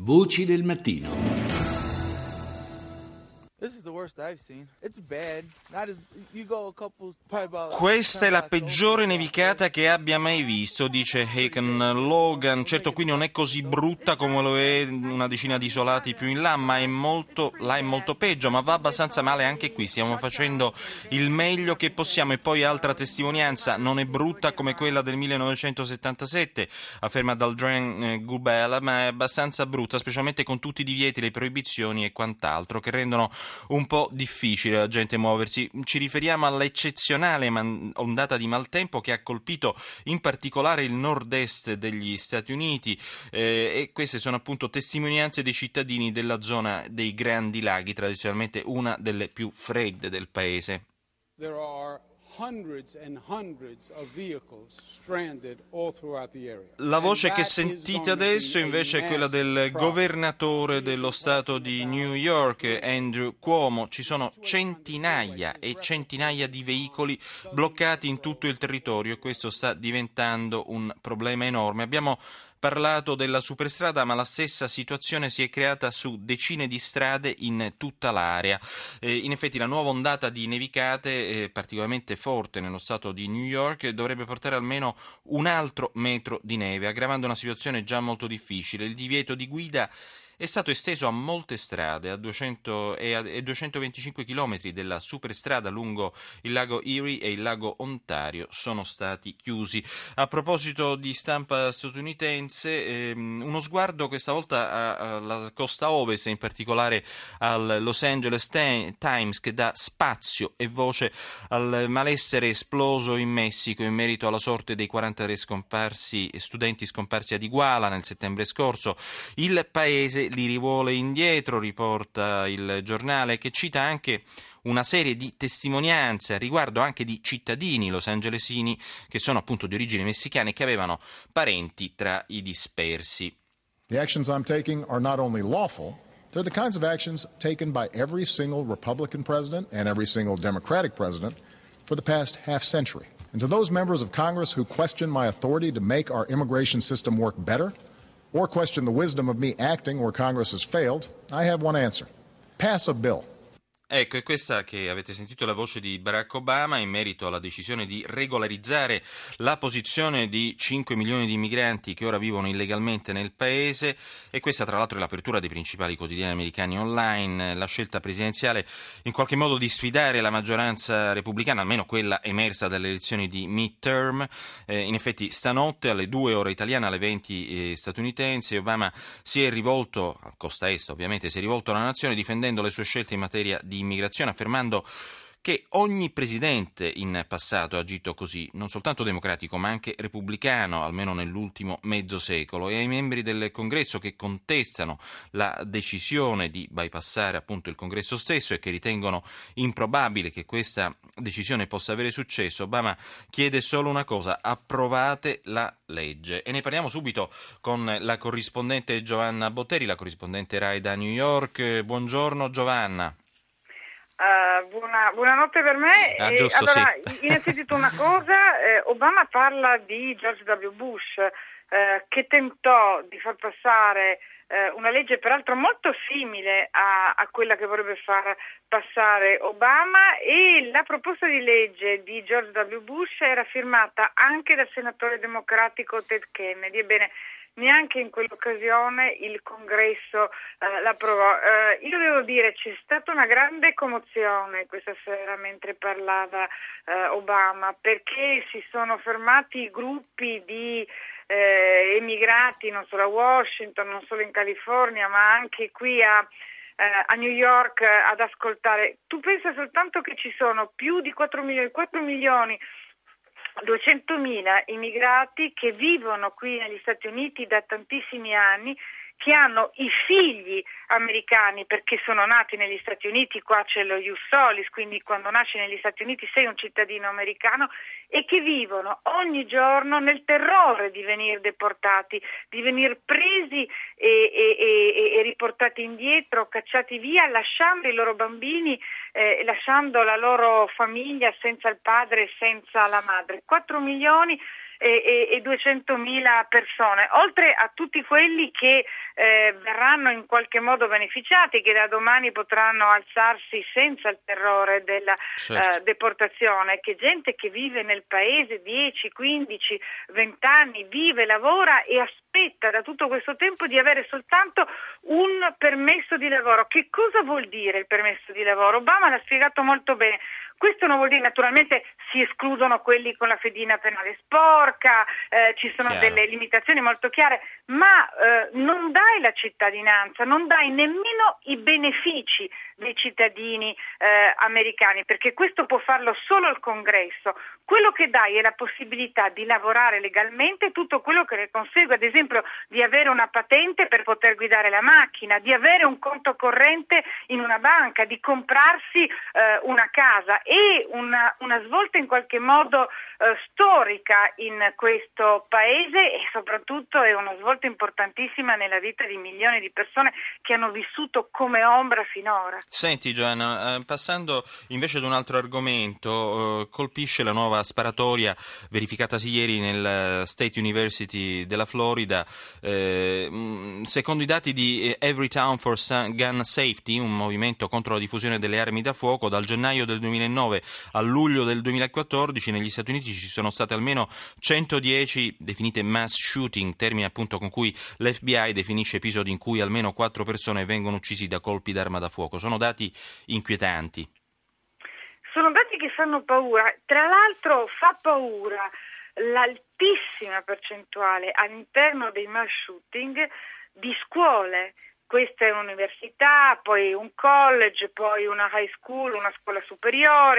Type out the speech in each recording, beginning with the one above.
Voci del mattino. Questa è la peggiore nevicata che abbia mai visto, dice Haken Logan. Certo, qui non è così brutta come lo è una decina di isolati più in là, ma è molto peggio, ma va abbastanza male anche qui. Stiamo facendo il meglio che possiamo. E poi altra testimonianza, non è brutta come quella del 1977, afferma Daldren Gubel, ma è abbastanza brutta, specialmente con tutti i divieti, le proibizioni e quant'altro, che rendono un po' difficile la gente muoversi. Ci riferiamo all'eccezionale ondata di maltempo che ha colpito in particolare il nord-est degli Stati Uniti, e queste sono appunto testimonianze dei cittadini della zona dei Grandi Laghi, tradizionalmente una delle più fredde del paese. There are hundreds and hundreds of vehicles stranded all throughout the area. La voce che sentite adesso invece è quella del governatore dello stato di New York, Andrew Cuomo. Ci sono centinaia e centinaia di veicoli bloccati in tutto il territorio e questo sta diventando un problema enorme. Abbiamo parlato della superstrada, ma la stessa situazione si è creata su decine di strade in tutta l'area. In effetti la nuova ondata di nevicate, particolarmente forte nello stato di New York, dovrebbe portare almeno un altro metro di neve, aggravando una situazione già molto difficile. Il divieto di guida è stato esteso a molte strade, a 200 e a 225 chilometri della superstrada lungo il lago Erie e il lago Ontario sono stati chiusi. A proposito di stampa statunitense, uno sguardo questa volta alla costa ovest, in particolare al Los Angeles Times, che dà spazio e voce al malessere esploso in Messico in merito alla sorte dei 43 studenti scomparsi ad Iguala nel settembre scorso. Il paese li rivuole indietro, riporta il giornale, che cita anche una serie di testimonianze a riguardo anche di cittadini losangelesini che sono appunto di origine messicana e che avevano parenti tra i dispersi. The actions I'm taking are not only lawful, they're the kinds of actions taken by every single Republican president and every single Democratic president for the past half century. And to those members of Congress who question my authority to make our immigration system work better, or question the wisdom of me acting where Congress has failed, I have one answer. Pass a bill. Ecco, è questa che avete sentito la voce di Barack Obama in merito alla decisione di regolarizzare la posizione di 5 milioni di migranti che ora vivono illegalmente nel paese, e questa tra l'altro è l'apertura dei principali quotidiani americani online, la scelta presidenziale in qualche modo di sfidare la maggioranza repubblicana, almeno quella emersa dalle elezioni di midterm. In effetti stanotte alle 2 ore italiane, alle 20 statunitensi, Obama si è rivolto, a costa est ovviamente, si è rivolto alla nazione difendendo le sue scelte in materia di immigrazione, affermando che ogni presidente in passato ha agito così, non soltanto democratico ma anche repubblicano, almeno nell'ultimo mezzo secolo, e ai membri del Congresso che contestano la decisione di bypassare appunto il Congresso stesso e che ritengono improbabile che questa decisione possa avere successo, Obama chiede solo una cosa: approvate la legge. E ne parliamo subito con la corrispondente Giovanna Botteri, la corrispondente Rai da New York. Buongiorno Giovanna. Buonanotte per me. Giusto, allora, sì. Innanzitutto una cosa, Obama parla di George W. Bush, che tentò di far passare una legge peraltro molto simile a quella che vorrebbe far passare Obama, e la proposta di legge di George W. Bush era firmata anche dal senatore democratico Ted Kennedy. Ebbene, neanche in quell'occasione il Congresso l'approvò. Io devo dire, c'è stata una grande commozione questa sera mentre parlava Obama, perché si sono fermati gruppi di emigrati non solo a Washington, non solo in California, ma anche qui a New York ad ascoltare. Tu pensa soltanto che ci sono più di 4 milioni 200.000 immigrati che vivono qui negli Stati Uniti da tantissimi anni, che hanno i figli americani perché sono nati negli Stati Uniti. Qua c'è lo ius solis, quindi quando nasci negli Stati Uniti sei un cittadino americano, e che vivono ogni giorno nel terrore di venire deportati, di venire presi e riportati indietro, cacciati via, lasciando i loro bambini, lasciando la loro famiglia senza il padre e senza la madre. 4 milioni e 200.000 persone, oltre a tutti quelli che verranno in qualche modo beneficiati, che da domani potranno alzarsi senza il terrore della deportazione, che gente che vive nel paese 10, 15, 20 anni, vive, lavora e aspetta da tutto questo tempo di avere soltanto un permesso di lavoro. Che cosa vuol dire il permesso di lavoro? Obama l'ha spiegato molto bene. Questo non vuol dire, naturalmente si escludono quelli con la fedina penale sporca, ci sono delle limitazioni molto chiare, ma non dai la cittadinanza, non dai nemmeno i benefici dei cittadini americani, perché questo può farlo solo il Congresso. Quello che dai è la possibilità di lavorare legalmente, tutto quello che ne consegue, ad esempio di avere una patente per poter guidare la macchina, di avere un conto corrente in una banca, di comprarsi una casa, e una svolta in qualche modo storica in questo paese, e soprattutto è una svolta importantissima nella vita di milioni di persone che hanno vissuto come ombra finora. Senti Giovanna, passando invece ad un altro argomento, colpisce la nuova sparatoria verificatasi ieri nel State University della Florida. Secondo i dati di Everytown for Gun Safety, un movimento contro la diffusione delle armi da fuoco, dal gennaio del 2009 a luglio del 2014 negli Stati Uniti ci sono state almeno 110 definite mass shooting, termine appunto con cui l'FBI definisce episodi in cui almeno 4 persone vengono uccisi da colpi d'arma da fuoco. Sono dati inquietanti. Sono dati che fanno paura. Tra l'altro fa paura l'altissima percentuale all'interno dei mass shooting di scuole. Questa è un'università, poi un college, poi una high school, una scuola superiore,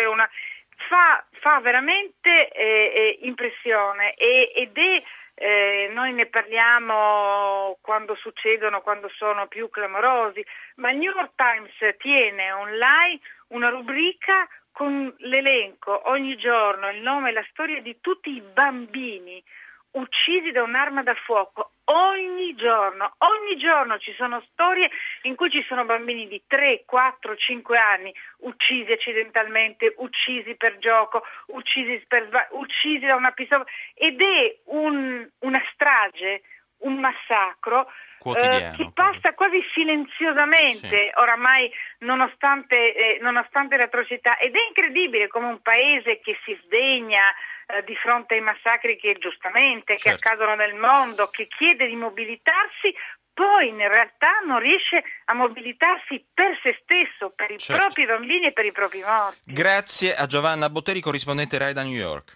fa veramente impressione ed è noi ne parliamo quando succedono, quando sono più clamorosi, ma il New York Times tiene online una rubrica con l'elenco ogni giorno, il nome e la storia di tutti i bambini uccisi da un'arma da fuoco. Ogni giorno ci sono storie in cui ci sono bambini di 3, 4, 5 anni uccisi accidentalmente, uccisi per gioco, uccisi da una pistola, ed è una strage, un massacro che passa quasi silenziosamente oramai nonostante l'atrocità, ed è incredibile come un paese che si sdegna di fronte ai massacri che accadono nel mondo, che chiede di mobilitarsi, poi in realtà non riesce a mobilitarsi per se stesso, per i propri bambini e per i propri morti. Grazie a Giovanna Botteri, corrispondente RAI da New York.